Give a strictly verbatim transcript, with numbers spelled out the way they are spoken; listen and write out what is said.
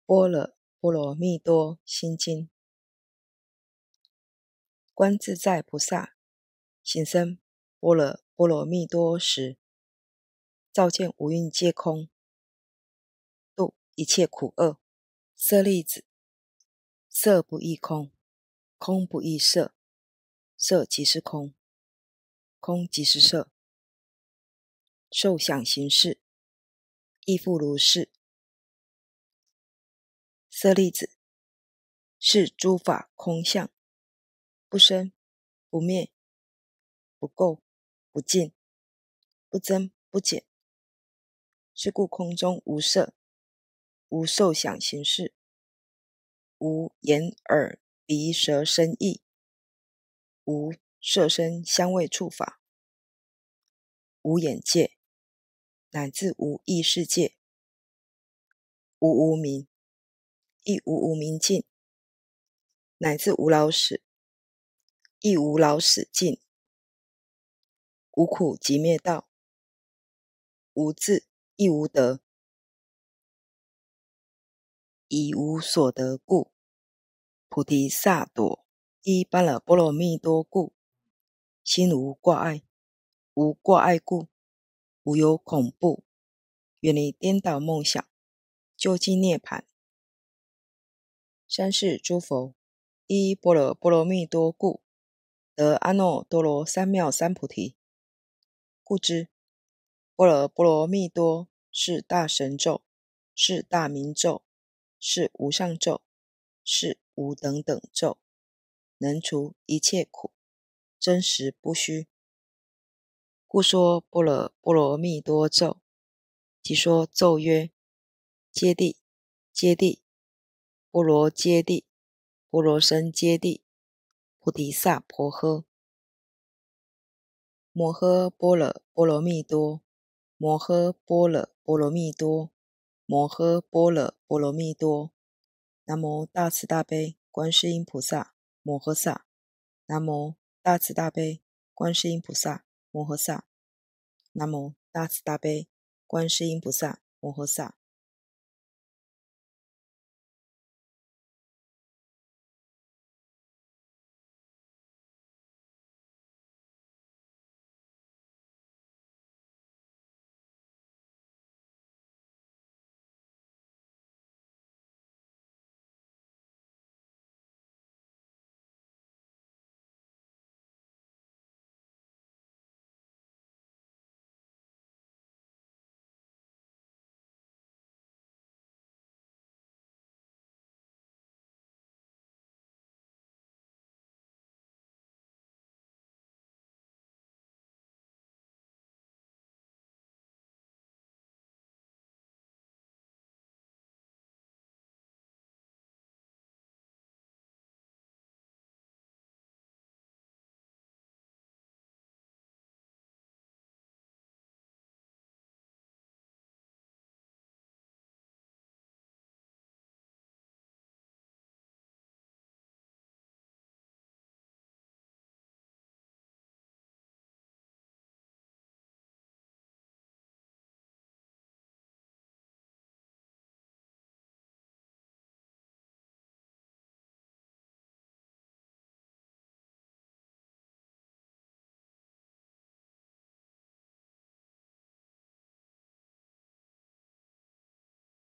般若波罗蜜多心经。观自在菩萨行深般若波罗蜜多时，照见五蕴皆空，度一切苦厄。舍利子，色不异空，空不异色，色即是空，空即是色，受想行识亦复如是。舍利子，是诸法空相，不生不灭，不垢不净，不增不减。是故空中无色，无受想行识，无眼耳鼻舌身意，无色声香味触法，无眼界，乃至无意识界，无无明，亦无无明尽，乃至无老死，亦无老死尽，无苦集灭道，无智亦无得，以无所得故，菩提萨埵依般若波罗蜜多故，心无挂碍。无挂碍故，无有恐怖，远离颠倒梦想，究竟涅槃。三世诸佛依般若波罗蜜多故，得阿耨多罗三藐三菩提。故知般若波罗蜜多是大神咒，是大明咒，是无上咒，是无等等咒，能除一切苦，真实不虚。故说般若波罗蜜多咒，即说咒曰：揭谛，揭谛，波罗揭谛，波罗僧揭谛，菩提萨婆诃。摩诃般若波罗蜜多，摩诃般若波罗蜜多，摩诃般若波罗蜜多。南无大慈大悲观世音菩萨摩诃萨，南无大慈大悲观世音菩萨摩诃萨，南无大慈大悲观世音菩萨摩诃萨。